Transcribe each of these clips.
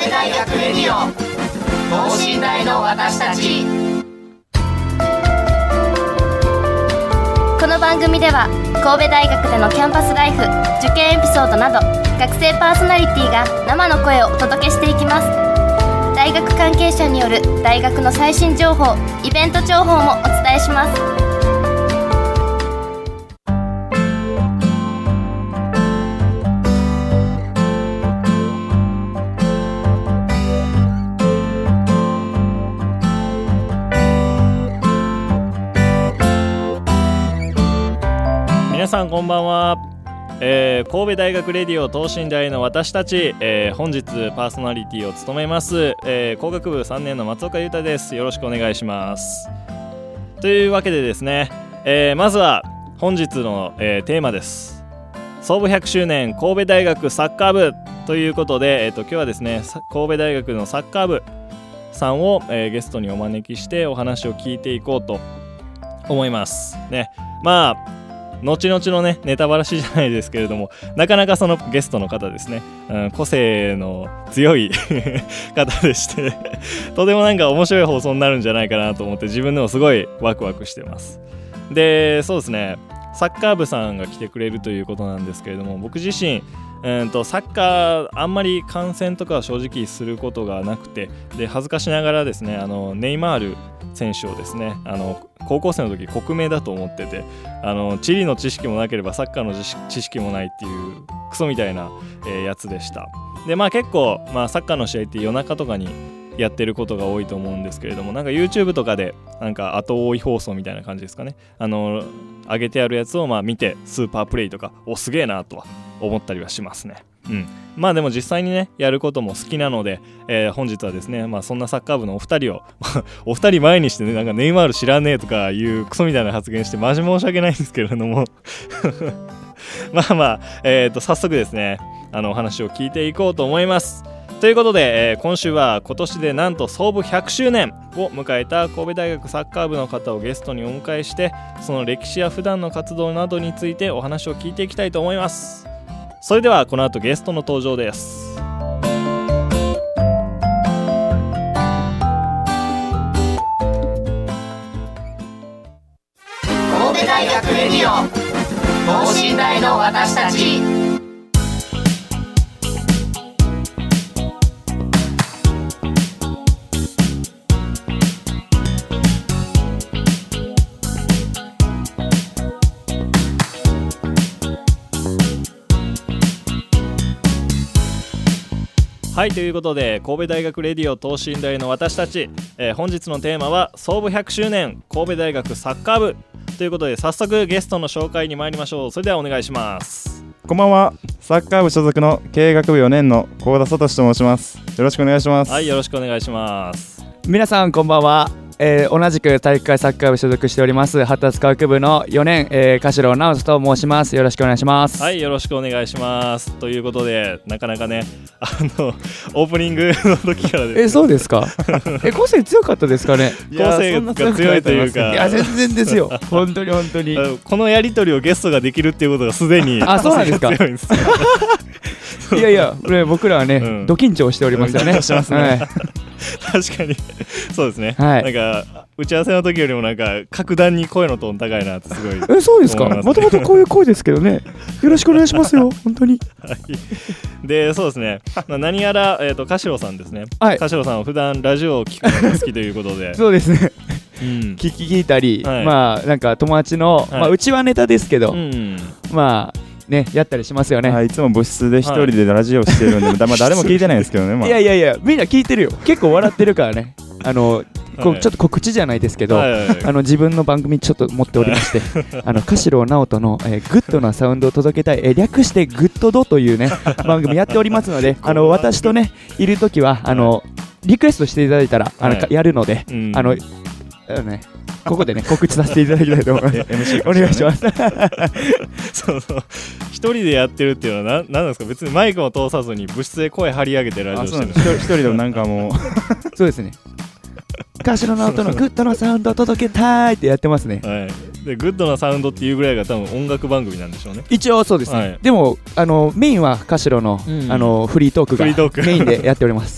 戸大学レディオ等身大の私たち。 この番組では神戸大学でのキャンパスライフ、受験エピソードなど学生パーソナリティが生の声をお届けしていきます。大学関係者による大学の最新情報、イベント情報もお伝えします。 皆さんこんばんは。神戸大学レディオ等身大の私たち、本日パーソナリティを務めます、工学部3年の松岡裕太です。よろしくお願いします。というわけでですね、まずは本日の、テーマです。創部100周年神戸大学サッカー部ということで、今日はですね神戸大学のサッカー部さんを、ゲストにお招きしてお話を聞いていこうと思いますね。まあ後々のねネタばらしじゃないですけれども、なかなかそのゲストの方ですね、個性の強い方でしてとてもなんか面白い放送になるんじゃないかなと思って自分でもすごいワクワクしてます。で、そうですね、サッカー部さんが来てくれるということなんですけれども、僕自身サッカーあんまり観戦とかは正直することがなくて、で恥ずかしながらですねネイマール選手をですね高校生の時国名だと思ってて、地理の知識もなければサッカーの知識もないっていうクソみたいな、やつでした。で結構、サッカーの試合って夜中とかにやってることが多いと思うんですけれども、なんか YouTube とかでなんか後追い放送みたいな感じですかね、上げてあるやつを見てスーパープレイとかすげえなとは思ったりはしますね。でも実際にねやることも好きなので、本日はですね、そんなサッカー部のお二人をお二人前にしてね、なんかネイマール知らねえとかいうクソみたいな発言してマジ申し訳ないんですけれども早速ですねお話を聞いていこうと思います。ということで、今週は今年でなんと創部100周年を迎えた神戸大学サッカー部の方をゲストにお迎えして、その歴史や普段の活動などについてお話を聞いていきたいと思います。それではこの後ゲストの登場です。 神戸大学レディオ等身大の私たち。 はい、ということで神戸大学レディオ等身大の私たち、本日のテーマは創部100周年神戸大学サッカー部ということで、早速ゲストの紹介に参りましょう。それではお願いします。 こんばんは。サッカー部所属の経営学部4年の幸田聡と申します。よろしくお願いします。 はい、よろしくお願いします。 皆さんこんばんは。同じく体育会サッカー部所属しております発達科学部の4年、柏野直人と申します。よろしくお願いします。 はい、よろしくお願いします。ということで、なかなかねオープニングの時からですね、 そうですか個性強かったですかね。 個性が強いというか、 いや全然ですよ本当にこのやり取りをゲストができるっていうことがすでにそうなんですか。 強いんですいや僕らはね、ド緊張しておりますよね。 してますね、はい、確かにそうですね、 はい、 なんか打ち合わせの時よりもなんか格段に声のトーン高いなってすごいそうですか。もともとこういう声ですけどねよろしくお願いしますよ本当に、 はい、でそうですね、何やら、柏野さんですね、 はい、 柏野さんは普段ラジオを聞くのが好きということでそうですね、聞いたり、はい、なんか友達の、うちはネタですけど、やったりしますよね。 いつも部室で一人でラジオしてるんで、誰も聞いてないんですけどね、 いやみんな聞いてるよ。結構笑ってるからねちょっと告知じゃないですけど、自分の番組ちょっと持っておりまして柏野直人の、グッドなサウンドを届けたい、略してグッドドというね番組やっておりますので私とねいるときはリクエストしていただいたらやるので、ここでね告知させていただきたいと思います。お願いしますそう一人でやってるっていうのは何なんですか。別にマイクも通さずに部室で声張り上げてラジオしてる。 一人でもなんかもうそうですね、柏野直人のグッドなサウンドを届けたいってやってますね。 はい、でグッドなサウンドっていうぐらいが多分音楽番組なんでしょうね。 一応そうですね、はい、でもメインは柏野の、フリートークがメインでやっております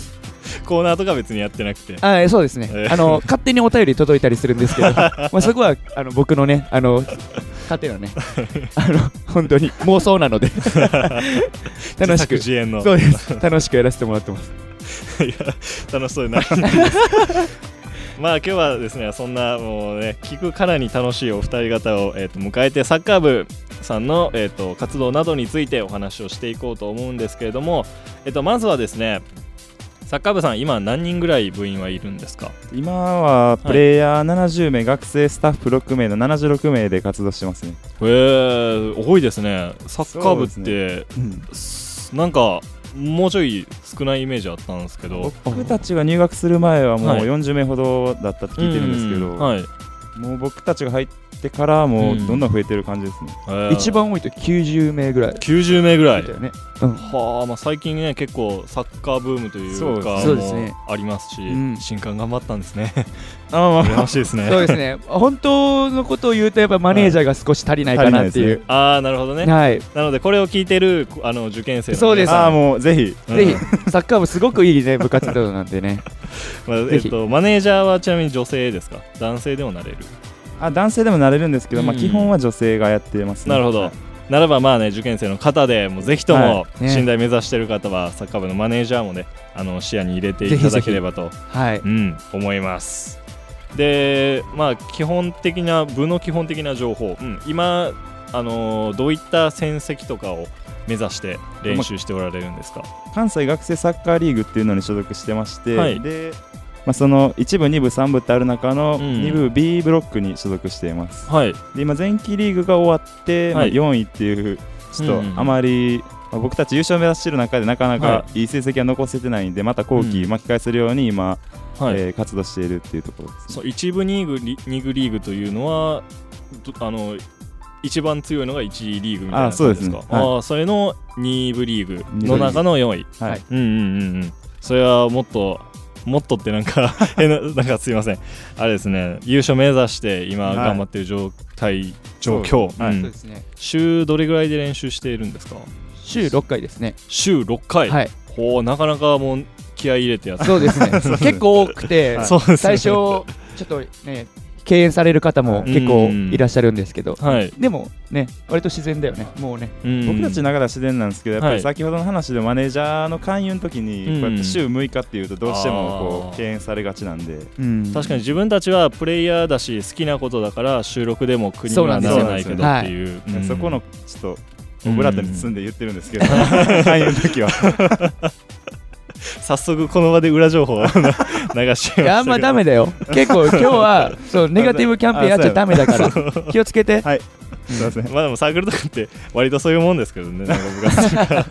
コーナーとか別にやってなくて、 そうですね、勝手にお便り届いたりするんですけどまあそこは僕のね勝手なね本当に妄想なので楽しく自演のそうです楽しくやらせてもらってますいや楽しそうになるまあ今日はですねそんなもうね聞くからに楽しいお二人方を、迎えてサッカー部さんの、活動などについてお話をしていこうと思うんですけれども、まずはですねサッカー部さん今何人ぐらい部員はいるんですか？ 今はプレイヤー70名、学生スタッフ6名の76名で活動してますね。 多いですね。サッカー部って、なんかもうちょい少ないイメージあったんですけど、 僕たちが入学する前はもう40名ほどだったって聞いてるんですけど、もう僕たちが入ってからもうどんどん増えてる感じですね。 一番多いと90名ぐらい 90名ぐらいだよね。 はあ、まあ、最近ね結構サッカーブームというかそうですねありますし、新刊頑張ったんですね羨ましいですね。 そうですね本当のことを言うとやっぱマネージャーが少し足りないかなっていう、 なるほどね、なのでこれを聞いてる受験生のそうですもうぜひサッカー部すごくいいね部活動なんでねマネージャーはちなみに女性ですか？男性でもなれる？ 男性でもなれるんですけど、基本は女性がやってますね。 なるほど、ならばまあね受験生の方でもうぜひとも信頼目指している方はサッカー部のマネージャーもね視野に入れていただければと思います。でまあ基本的な部の基本的な情報、今どういった戦績とかを目指して練習しておられるんですか？ 関西学生サッカーリーグっていうのに所属してまして、でその1部2部3部ってある中の2部 B ブロックに所属しています。で今前期リーグが終わって、4位っていうちょっとあまり、僕たち優勝目指している中でなかなかいい成績は残せてないんで、また後期巻き返せるように今、活動しているっていうところです、ね。 そう1部2部リーグというのは一番強いのが1リーグみたいな感じですか？それの2部リーグの中の4位。それはもっとってなんかなんかすいませんあれですね、優勝目指して今頑張っている状況、週どれぐらいで練習しているんですか？ 週6回ですね。 週6回、なかなかもう気合い入れてやってそうですね結構多くて、最初ちょっとね敬遠される方も結構いらっしゃるんですけど、でもね割と自然だよね。もうね僕たちの中では自然なんですけど、やっぱり先ほどの話でマネージャーの勧誘の時にこうやって週6日っていうとどうしてもこう敬遠されがちなんで、 確かに自分たちはプレイヤーだし好きなことだから収録でも苦にはならないけどっていう、 そこのちょっとオブラートに包んで言ってるんですけど勧誘の時は早速この場で裏情報を流しちゃいましたけど。 いやダメだよ結構今日はそうネガティブキャンペーンやっちゃダメだから気をつけて。 すいません。でもサークルとかって割とそういうもんですけどね、なんか部活とか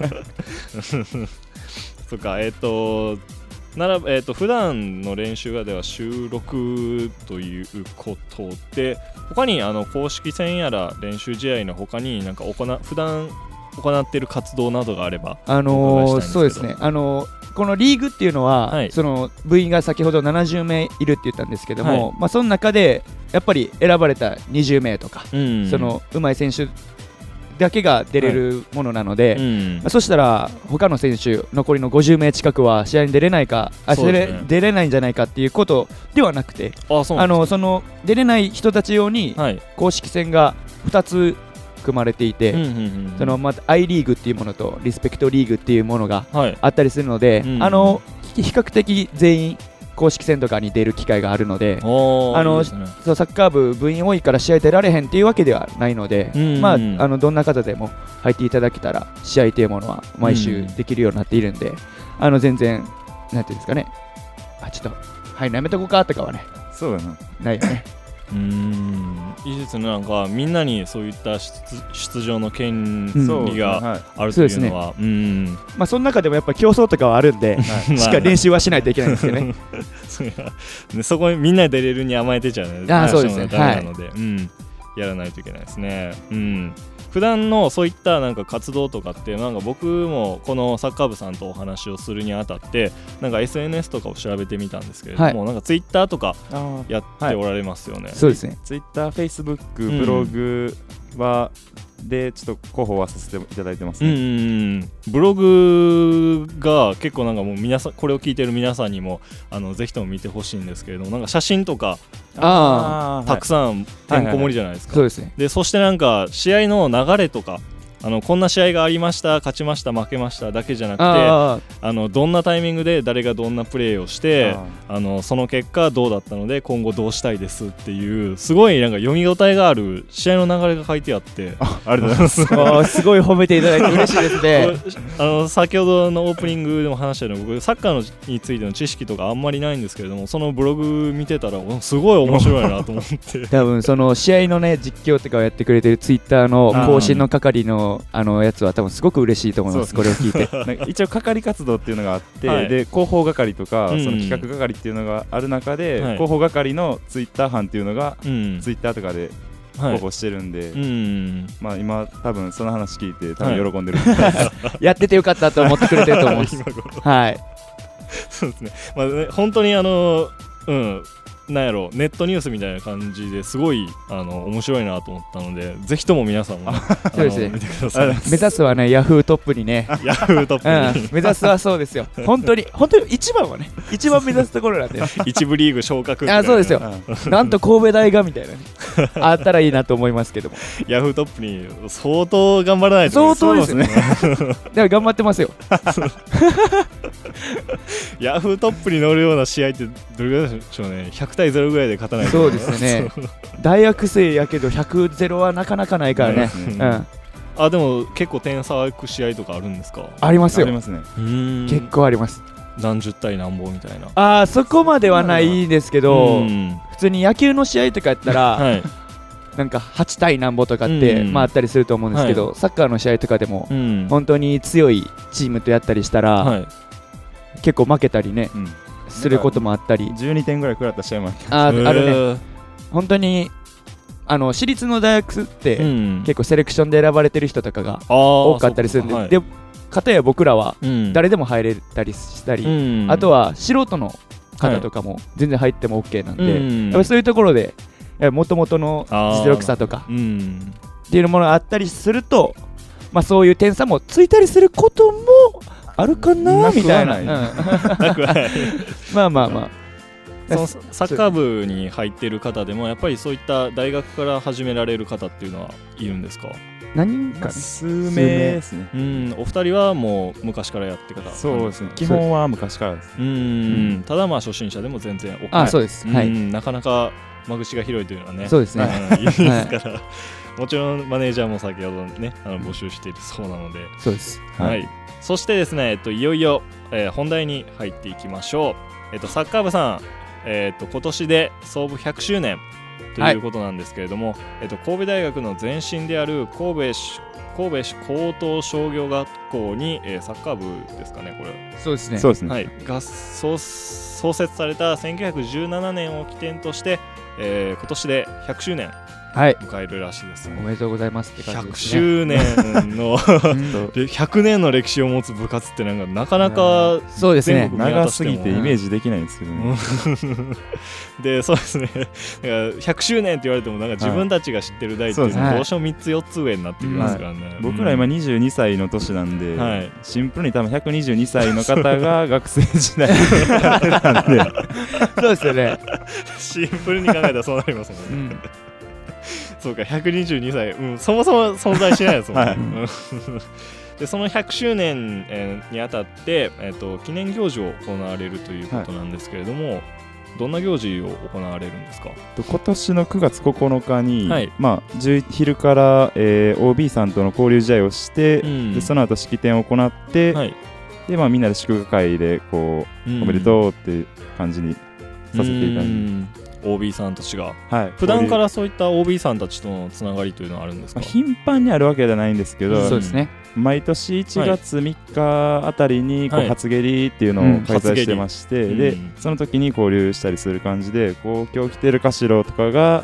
そっか普段の練習がでは収録ということで、他に公式戦やら練習試合の他になんか普段行っている活動などがあればそうですねこのリーグっていうのは、その部員が先ほど70名いるって言ったんですけども、その中でやっぱり選ばれた20名とか、その上手い選手だけが出れるものなので、そしたら他の選手残りの50名近くは試合に出れないか出れないんじゃないかっていうことではなくて、その出れない人たち用に公式戦が2つ組まれていて、そのまた I リーグっていうものとリスペクトリーグっていうものがあったりするので、比較的全員公式戦とかに出る機会があるので、そうサッカー部員多いから試合出られへんっていうわけではないので、どんな方でも入っていただけたら試合というものは毎週できるようになっているんで、全然なんていうんですかね、ちょっとやめとこうかとかはね、 そうだな、 ないよね。 いいですね。なんかみんなにそういった出場の権利があるというのは、 その中でもやっぱ競争とかはあるんで、しっかり練習はしないといけないんですけどねそこにみんなで出れるに甘えてちゃうね。 そうですね、 ダメなので、やらないといけないですね。普段のそういったなんか活動とかってなんか僕もこのサッカー部さんとお話をするにあたってなんか SNS とかを調べてみたんですけれども、なんか Twitter とかやっておられますよね。 そうですね。 Twitter、Facebook、ブログはでちょっと広報はさせていただいてますね。 ブログが結構なんかもう皆さんこれを聞いてる皆さんにもぜひとも見てほしいんですけれども、なんか写真とかたくさんてんこ盛りじゃないですか。 そうですね。 でそしてなんか試合の流れとかこんな試合がありました、勝ちました、負けましただけじゃなくてどんなタイミングで誰がどんなプレーをしてその結果どうだったので今後どうしたいですっていうすごいなんか読み応えがある試合の流れが書いてあって、 ありがとうございますすごい褒めていただいて嬉しいですね。 先ほどのオープニングでも話したように僕サッカーについての知識とかあんまりないんですけれども、そのブログ見てたらすごい面白いなと思って多分その試合のね実況とかをやってくれてるツイッターの更新の係のやつは多分すごく嬉しいと思います。これを聞いて一応係活動っていうのがあって、で広報係とかその企画係っていうのがある中で、広報係のツイッター班っていうのがツイッターとかで広報してるんで、まあ今多分その話聞いて多分喜んでるやっててよかったと思ってくれてると思いますはい、 そうですね。まあね、本当になんやろネットニュースみたいな感じですごい面白いなと思ったので、ぜひとも皆さんも、 そうですね、 見てください。 目指すはねヤフートップにねヤフートップに、 目指すはそうですよ。本当に一番はね一番目指すところなんで、 一部リーグ昇格みたいな。 そうですよなんと神戸大がみたいなねあったらいいなと思いますけども、 ヤフートップに相当頑張らないと。 相当ですねだから頑張ってますよヤフートップに乗るような試合ってどれぐらいでしょうね。100対0ぐらいで勝たないと。 そうですね大学生やけど100-0はなかなかないからね。 でも結構点差がいく試合とかあるんですか？ ありますよ。 ありますね。 結構あります。 何十対何本みたいな。 そこまではないですけど、普通に野球の試合とかやったら、なんか8対何本とかってあったりすると思うんですけど、サッカーの試合とかでも本当に強いチームとやったりしたら、結構負けたりね、することもあったり、 12点ぐらい食らった試合もあるね。本当に私立の大学って結構セレクションで選ばれてる人とかが多かったりするんで、かたや僕らは誰でも入れたりしたり、あとは素人の方とかも全然入っても OK なんで、やっぱそういうところでもともとの実力差とかっていうものがあったりすると、そういう点差もついたりすることもあるかなみたいな。まあまあまあそのサッカー部に入っている方でもやっぱりそういった大学から始められる方っていうのはいるんですか？ 何人か、 数名ですね。 お二人はもう昔からやって方。 そうですね、基本は昔からです。 ただ初心者でも全然 OK。 そうです、 なかなか間口が広いというのはね、 そうですね、 いいですからもちろんマネージャーも先ほどね募集しているそうなので。 そうです、 そしてですね、いよいよ、本題に入っていきましょう。サッカー部さん、今年で創部100周年ということなんですけれども、神戸大学の前身である神戸市高等商業学校に、サッカー部ですかね、これ。 そうですね、 そうですね、 はい、が創設された1917年を起点として、今年で100周年迎えるらしいです、 おめでとうございますって感じですね。 100周年の100年の歴史を持つ部活ってなかなかそうですね、 長すぎてイメージできないんですけどねでそうですね、100周年って言われても自分たちが知ってる代っていうのはどうしても3つ4つ上になってきますからね。 僕ら今22歳の年なんで、シンプルに多分122歳の方が学生時代なんでそうですよね、 シンプルに考えたらそうなりますもんね、そうか、122歳、そもそも存在しないですもんね、でその100周年、にあたって、記念行事を行われるということなんですけれども、どんな行事を行われるんですか？ 今年の9月9日に、昼から、OB さんとの交流試合をして、でその後式典を行って、でみんなで祝賀会でおめでとうっていう感じにさせていただきます。 OB さんたちが、普段からそういった OB さんたちとのつながりというのはあるんですか？ 頻繁にあるわけではないんですけど、 そうですね、 毎年1月3日あたりに初蹴りっていうのを開催してまして、でその時に交流したりする感じで、今日来てる頭とかが、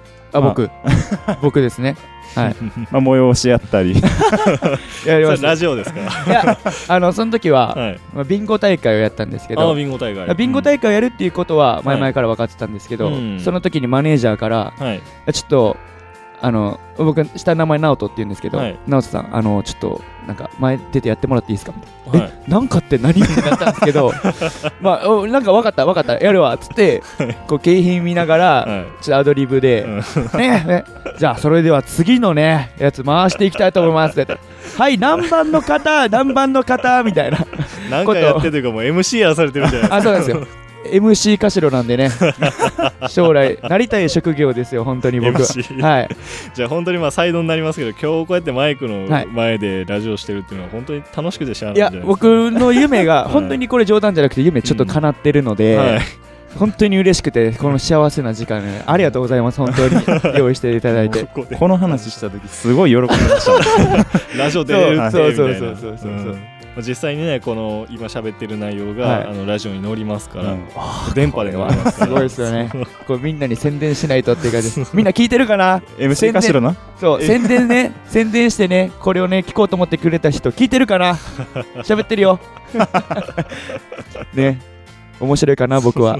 僕ですね、 催し合ったりやりました。ラジオですか？ いや、その時は、ビンゴ大会をやったんですけど、 ビンゴ大会をやるっていうことは前々から分かってたんですけど、その時にマネージャーから、ちょっと僕下の名前直人って言うんですけど、直人さんちょっとなんか前出てやってもらっていいですかみたいな、なんかって何ってなったんですけどまあなんか分かったやるわっつってこう景品見ながら、ちょっとアドリブで、ねじゃあそれでは次のねやつ回していきたいと思いますってはい何番の方みたいななんかやってというかもう MC やらされてるみたいな。 そうなんですよMC かしろなんでね将来なりたい職業ですよ本当に僕は。はい、 じゃあ本当にまあサイドになりますけど、今日こうやってマイクの前でラジオしてるっていうのは本当に楽しくてしゃあないんじゃないですか。 僕の夢が本当にこれ冗談じゃなくて夢ちょっと叶ってるので、本当に嬉しくてこの幸せな時間ねありがとうございます本当に用意していただいてこの話した時すごい喜んでましたラジオ出れるってみたいな。 そう実際にねこの今喋ってる内容が、ラジオに乗りますから、電波で乗りますからすごいですよねこれみんなに宣伝しないとっていう感じですみんな聞いてるかな MC かしらな。 そう宣伝してねこれをね聞こうと思ってくれた人聞いてるかな喋ってるよね面白いかな僕は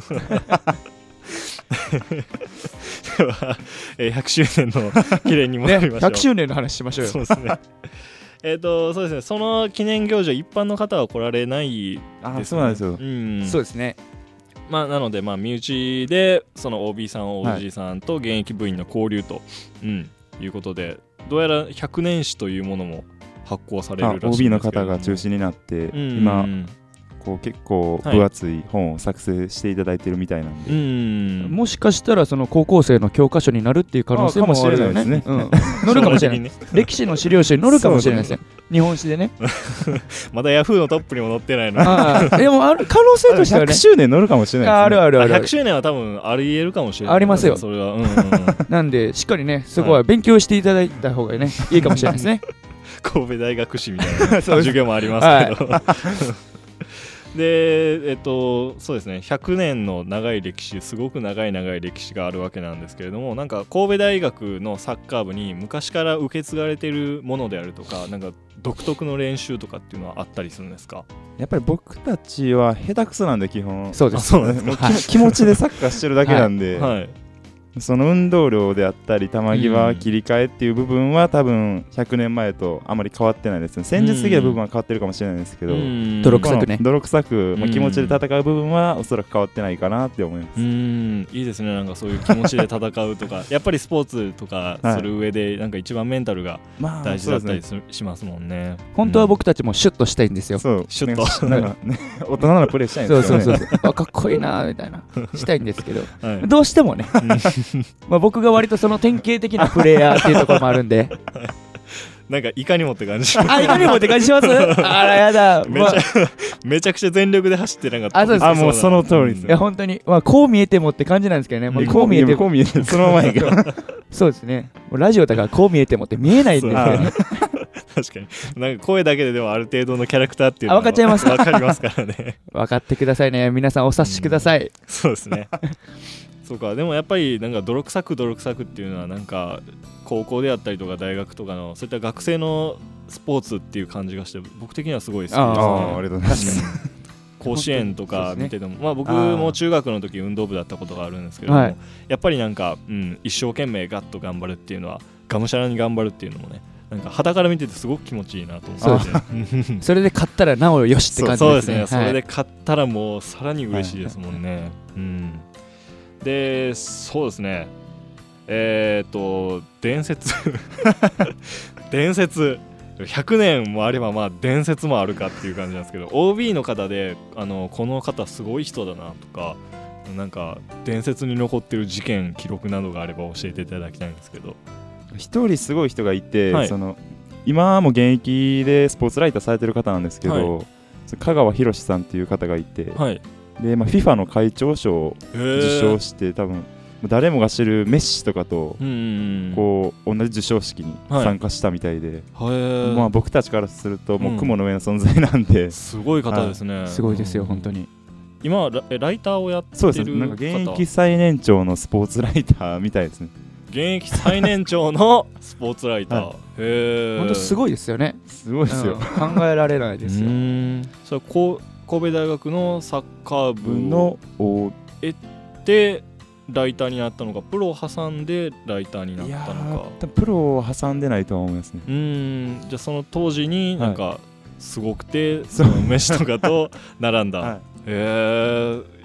では、100周年の記念に戻りましょう、 100周年の話しましょうよ。 そうですねそうですね、その記念行事は一般の方は来られないですね。 そうなんですよ、 そうですね。 まあ、なので、まあ、身内でその OB さん OG さんと現役部員の交流と、いうことで、どうやら100年史というものも発行されるらしいんですけども、 OB の方が中心になって、今こう結構分厚い本を作成していただいてるみたいなんで、 もしかしたらその高校生の教科書になるっていう可能性もあるよね。載るかもしれない歴史の資料集に載るかもしれないですね日本史でねまだヤフーのトップにも載ってないのでもある可能性としてはね 100周年載るかもしれないですね。 ある 100周年は多分ありえるかもしれない。 ありますよそれは、 なんでしっかりねそこは勉強していただいた方がねいいかもしれないですね神戸大学史みたいな授業もありますけど、でそうですね、100年の長い歴史、すごく長い歴史があるわけなんですけれども、なんか神戸大学のサッカー部に昔から受け継がれているものであるとか、なんか独特の練習とかっていうのはあったりするんですか？ やっぱり僕たちは下手くそなんで基本。 そうです。 そうですか。 気持ちでサッカーしてるだけなんで、その運動量であったり球際切り替えっていう部分は多分100年前とあまり変わってないですね。戦術的な部分は変わってるかもしれないですけど、 泥臭くね、 泥臭く、気持ちで戦う部分はおそらく変わってないかなって思います。 いいですね、なんかそういう気持ちで戦うとかやっぱりスポーツとかする上でなんか一番メンタルが大事だったりしますもんね。 本当は僕たちもシュッとしたいんですよ。 シュッとなんかね、大人のプレーしたいんですよね。 そうかっこいいなみたいなしたいんですけど、どうしてもね僕が割とその典型的なプレイヤーっていうところもあるんでなんかいかにもって感じ。 いかにもって感じしますあらやだ、 めちゃくちゃ全力で走ってなんかもうその通りです。 いや本当に、こう見えてもって感じなんですけどね。こう見えてそのままやけどそうですね、ラジオだからこう見えてもって見えないんですよね確かになんか声だけででもある程度のキャラクターっていうのは分かっちゃいます。 分かりますからね分かってくださいね、皆さんお察しください。 そうですねそうか。でもやっぱりなんか泥臭くっていうのはなんか高校であったりとか大学とかのそういった学生のスポーツっていう感じがして僕的にはすごい好きですね。 ありがとうございます。 甲子園とか見てても、僕も中学の時運動部だったことがあるんですけども、やっぱりなんか、一生懸命ガッと頑張るっていうのはがむしゃらに頑張るっていうのもね、なんか傍から見ててすごく気持ちいいなと思ってそれで勝ったらなおよしって感じですね。 そうですね、それで勝ったらもうさらに嬉しいですもんね。でそうですね、伝説100年もあれば伝説もあるかっていう感じなんですけど、 OB の方でこの方すごい人だなとか、なんか伝説に残ってる事件記録などがあれば教えていただきたいんですけど。 一人すごい人がいて、今も現役でスポーツライターされてる方なんですけど、香川博さんっていう方がいて、で、FIFA の会長賞を受賞して、多分誰もが知るメッシとかとこう同じ授賞式に参加したみたいで、僕たちからするともう雲の上の存在なんで、 すごい方ですね。 すごいですよ本当に。 今ライターをやってる方。 そうですね、なんか現役最年長のスポーツライターみたいですね。 現役最年長のスポーツライター、 本当すごいですよね。 すごいですよ、 考えられないですよ。 それ神戸大学のサッカー部のでライターになったのか、プロを挟んでライターになったのか。 プロを挟んでないとは思いますね。 じゃあその当時になんかすごくて、その飯とかと並んだ、はい、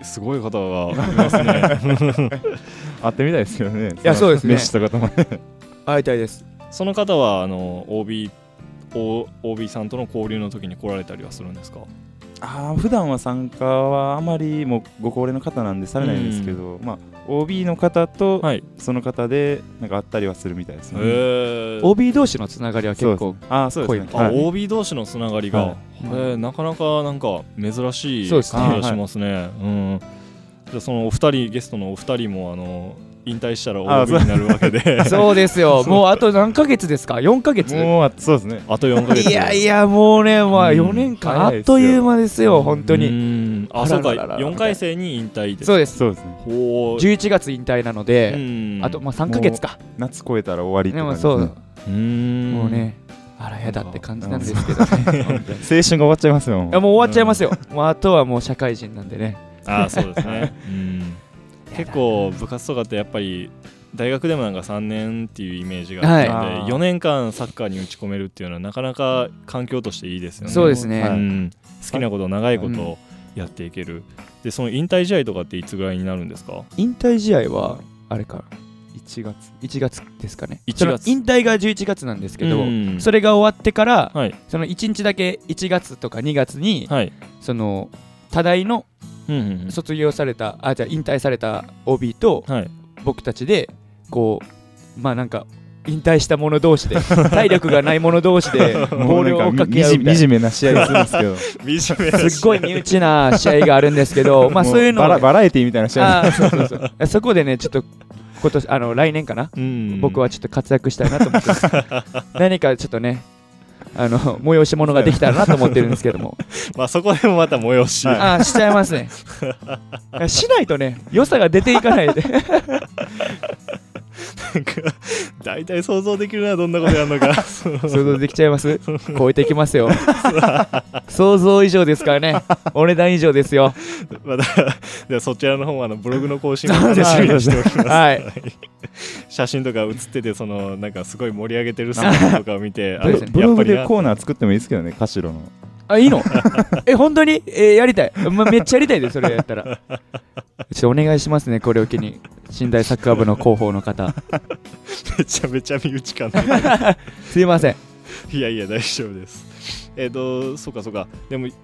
すごい方がいますね。 会ってみたいですよね。 いや、そうですね。 飯とかとも会いたいです。 その方はOB さんとの交流の時に来られたりはするんですか？ 普段は参加はあまりもうご高齢の方なんでされないんですけど、まあ、OB の方とその方でなんか会ったりはするみたいですね。 OB 同士のつながりは結構そうですね。 OB 同士のつながりが、なかなかなんか珍しい感じがしますね。じゃあそのお二人、ゲストのお二人も引退したら OB になるわけで。 そうですよ。もうあと何ヶ月ですか？4ヶ月？ もうそうですね。 あと4ヶ月。 いやもうね、まあ4年間あっという間ですよ、本当に。 そうか、4回生に引退です。 そうです。 そうですね。 11月引退なので、あとまあ3ヶ月か。 夏越えたら終わりって感じですね。もうね、あらやだって感じなんですけどね。 青春が終わっちゃいますよ。 もう終わっちゃいますよ。あとはもう社会人なんでね。 そうですね。結構部活とかってやっぱり大学でもなんか3年っていうイメージがあったので、4年間サッカーに打ち込めるっていうのはなかなか環境としていいですよね。 そうですね。 好きなことを長いことやっていける。でその引退試合とかっていつぐらいになるんですか？ 引退試合はあれか1月ですかね。 1月。 引退が11月なんですけど、それが終わってから、その1日だけ1月とか2月に、その多大の卒業されたじゃあ引退された OB と僕たちでこうまあなんか引退した者同士で体力がない者同士でボールをかけ合うみたいな惨めな試合するんですけどすっごい身内な試合があるんですけどまあそういうのバラエティみたいな試合そこでねちょっと今年来年かな僕はちょっと活躍したいなと思って何かちょっとね催し物ができたらなと思ってるんですけどもまあそこでもまた催ししちゃいますねしないとね良さが出ていかないで大体想像できるなどんなことやるのか想像できちゃいます超えていきますよ想像以上ですからねお値段以上ですよではそちらの方はブログの更新を楽しみにしておきます、はい、写真とか写っててなんかすごい盛り上げてる姿とかを見てブログでコーナー作ってもいいですけどねカシロのいいの本当にやりたい、めっちゃやりたいでそれやったらちょっとお願いしますねこれを機に寝台サッカー部の広報の方めちゃめちゃ身内感すいませんいやいや大丈夫ですそうかでも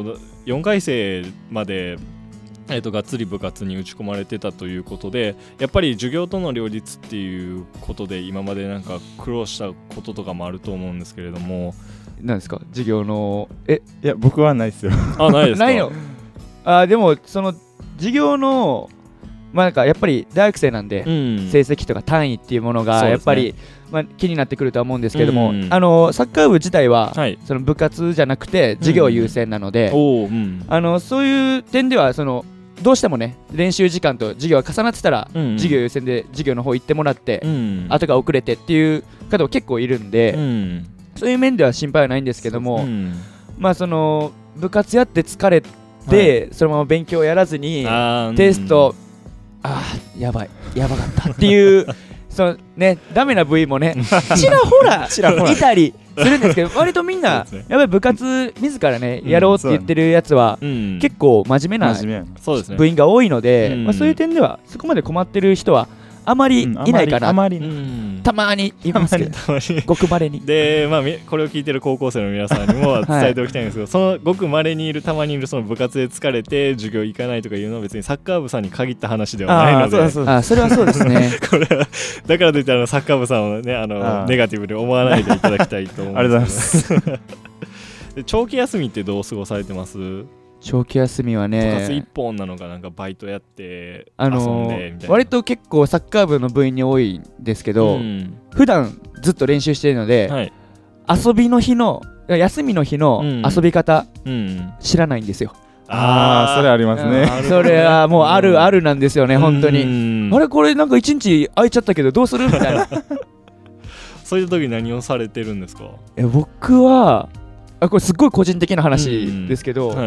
4回生までがっつり部活に打ち込まれてたということでやっぱり授業との両立っていうことで今までなんか苦労したこととかもあると思うんですけれども何ですか授業のいや僕はないですよないですかないのでもその授業のなんかやっぱり大学生なんで、成績とか単位っていうものがやっぱり、気になってくるとは思うんですけども、サッカー部自体は、その部活じゃなくて授業優先なので、そういう点ではどうしてもね練習時間と授業が重なってたら、授業優先で授業の方行ってもらって、後が遅れてっていう方も結構いるんで、そういう面では心配はないんですけども、その部活やって疲れて、そのまま勉強やらずにテストやばかったっていうダメな部員もねちらほらいたりするんですけど割とみんなやっぱり部活自らねやろうって言ってるやつは結構真面目な部員が多いのでそういう点ではそこまで困ってる人はあまりいないかな、たまにいますけどごくまれにで、これを聞いてる高校生の皆さんにも伝えておきたいんですけど、そのごくまれにいるたまにいるその部活で疲れて授業行かないとかいうのは別にサッカー部さんに限った話ではないのでそれはそうですねこれはだからといってサッカー部さんをねネガティブに思わないでいただきたいと思うんですけどありがとうございます長期休みってどう過ごされてます？ 長期休みはね部活一本なのかなんかバイトやって遊んでみたいな割と結構サッカー部の部員に多いんですけど、普段ずっと練習しているので、遊びの日の休みの日の遊び方、知らないんですよ。 それありますねそれはもうあるなんですよね本当にあれこれなんか一日空いちゃったけどどうするみたいなそういう時何をされてるんですか？ 僕はこれすっごい個人的な話ですけど、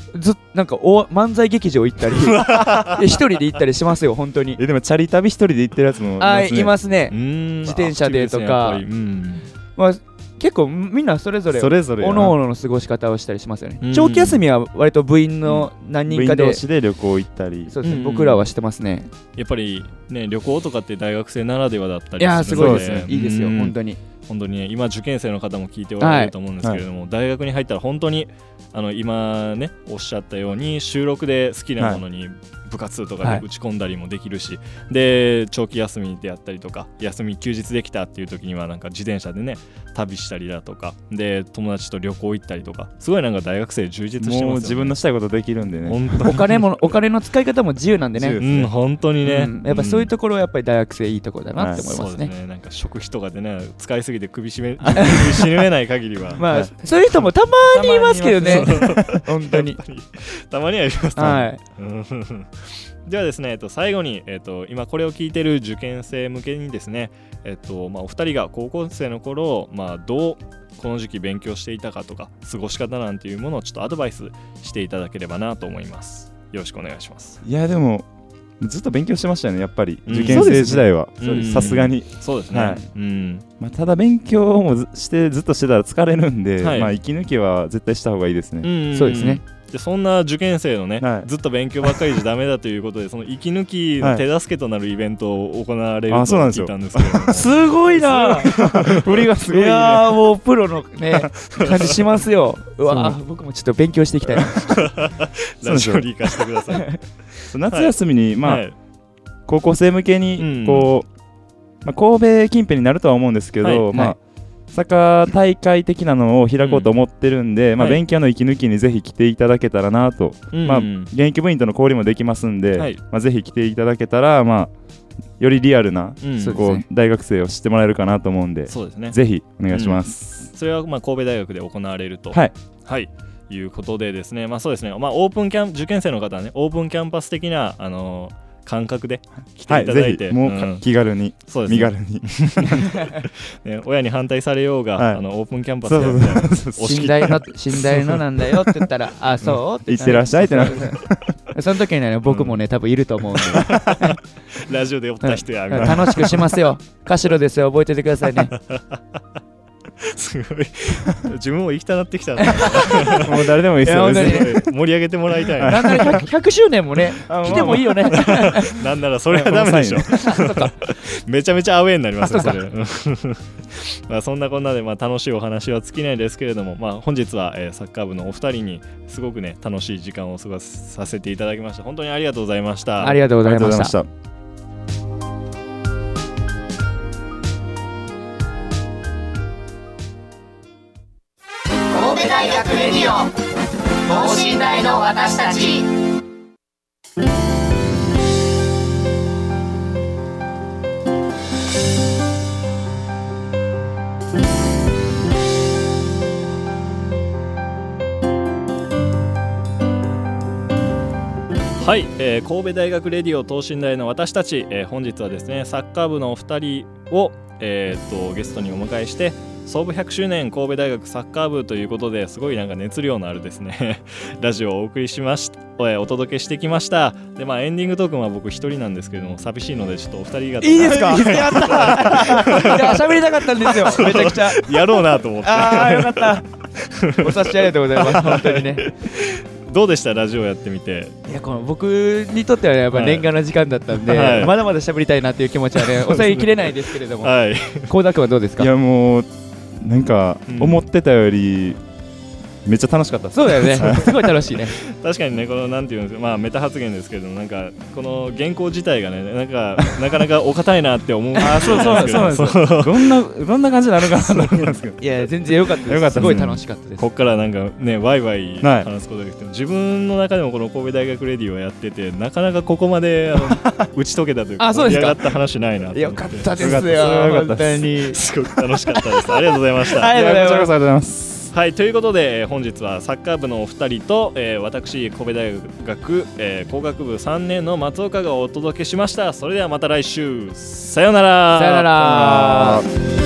なんか漫才劇場行ったり一人で行ったりしますよ本当に。 でもチャリ旅一人で行ってるやつもいますね。自転車でとか、まあ結構みんなそれぞれおのおのの過ごし方をしたりしますよね。長期休みは割と部員の何人かで、 部員同士で旅行行ったり、 そうですね、僕らはしてますね。 やっぱりね、旅行とかって大学生ならではだったりするので、 いやすごいですね、いいですよ本当に。 本当にね、今受験生の方も聞いておられると思うんですけれども、大学に入ったら本当に今ねおっしゃったように週6で好きなものに部活とかで打ち込んだりもできるし、で長期休みであったりとか休み休日できたっていう時にはなんか自転車でね旅したりだとかで友達と旅行行ったりとか、すごいなんか大学生充実してますよね。 もう自分のしたいことできるんでね。 お金の使い方も自由なんでね。 本当にね、 やっぱそういうところはやっぱり大学生いいところだなって思いますね。 そうですね。なんか食費とかでね使いすぎて首絞めない限りはまあそういう人もたまにいますけどね本当にたまにはいますね。 はいではですね、最後に、今これを聞いている受験生向けにですね、お二人が高校生の頃、どうこの時期勉強していたかとか過ごし方なんていうものをちょっとアドバイスしていただければなと思います。よろしくお願いします。 いやでもずっと勉強してましたよねやっぱり、受験生時代はさすがに。 そうですね、 ただ勉強もしてずっとしてたら疲れるんで、息抜きは絶対した方がいいですね。 そうですね。 でそんな受験生のね、ずっと勉強ばっかりじゃダメだということでその息抜きの手助けとなるイベントを行われると聞いたんですけども、 すごいな振りがすごいね。 いやーもうプロのね感じしますよ。うわ僕もちょっと勉強していきたいなラジオ理解してください夏休みに高校生向けにこう神戸近辺になるとは思うんですけど、サッカー大会的なのを開こうと思ってるんで、勉強の息抜きにぜひ来ていただけたらなと、現役部員との交流もできますんで、ぜひ来ていただけたら、よりリアルな、大学生を知ってもらえるかなと思うんで、ぜひお願いします。 それは神戸大学で行われると、いうことでですね、そうですね、オープン受験生の方はね、オープンキャンパス的な感覚で来ていただいて、 ぜひもう気軽に、身軽に親に反対されようが、オープンキャンパスで寝台のなんだよって言ったらあそうって言ってらっしゃいってなるその時にはね僕もね多分いると思うんでラジオで酔った人や楽しくしますよ。カシロですよ、覚えててくださいねすごい自分も行きたなってきたもう誰でもいいですよね。 盛り上げてもらいたいなんなら 100周年もね来てもいいよねなんならそれはダメでしょめちゃめちゃアウェーになりますねそれそんなこんなで楽しいお話は尽きないですけれども、本日はサッカー部のお二人にすごくね楽しい時間を過ごさせていただきました。本当にありがとうございました。 ありがとうございました。 神戸大学レディオ等身大の私たち。 はい、神戸大学レディオ等身大の私たち、本日はですねサッカー部のお二人を、ゲストにお迎えして創部100周年神戸大学サッカー部ということですごいなんか熱量のあるですねラジオをお送りしましお届けしてきました。でエンディングトークは僕一人なんですけども寂しいのでちょっとお二人がいいですかやった喋りたかったんですよめちゃくちゃやろうなと思ってよかったお察しありがとうございます本当にねどうでしたラジオやってみて。 いやこの僕にとっては、ね、やっぱ念願の時間だったんで、まだまだ喋りたいなっていう気持ちはね抑えきれないですけれども幸田君はどうですか。 いやもうなんか思ってたよりめっちゃ楽しかった。 そうだよねすごい楽しいね確かにねこのなんていうんですかメタ発言ですけどなんかこの原稿自体がねなかなかお堅いなって思うそうなんですよどんな感じになるかなと思うんですけどいや全然良かったです。すごい楽しかったです。 こっからなんかねワイワイ話すことができて、自分の中でもこの神戸大学レディをやっててなかなかここまで打ち解けたというか盛り上がった話ないなと思って。 よかったですよ本当にすごく楽しかったです。ありがとうございました。 ありがとうございます。 はい、ということで本日はサッカー部のお二人と、私神戸大学、工学部3年の松岡がお届けしました。それではまた来週、さようなら。 さようなら。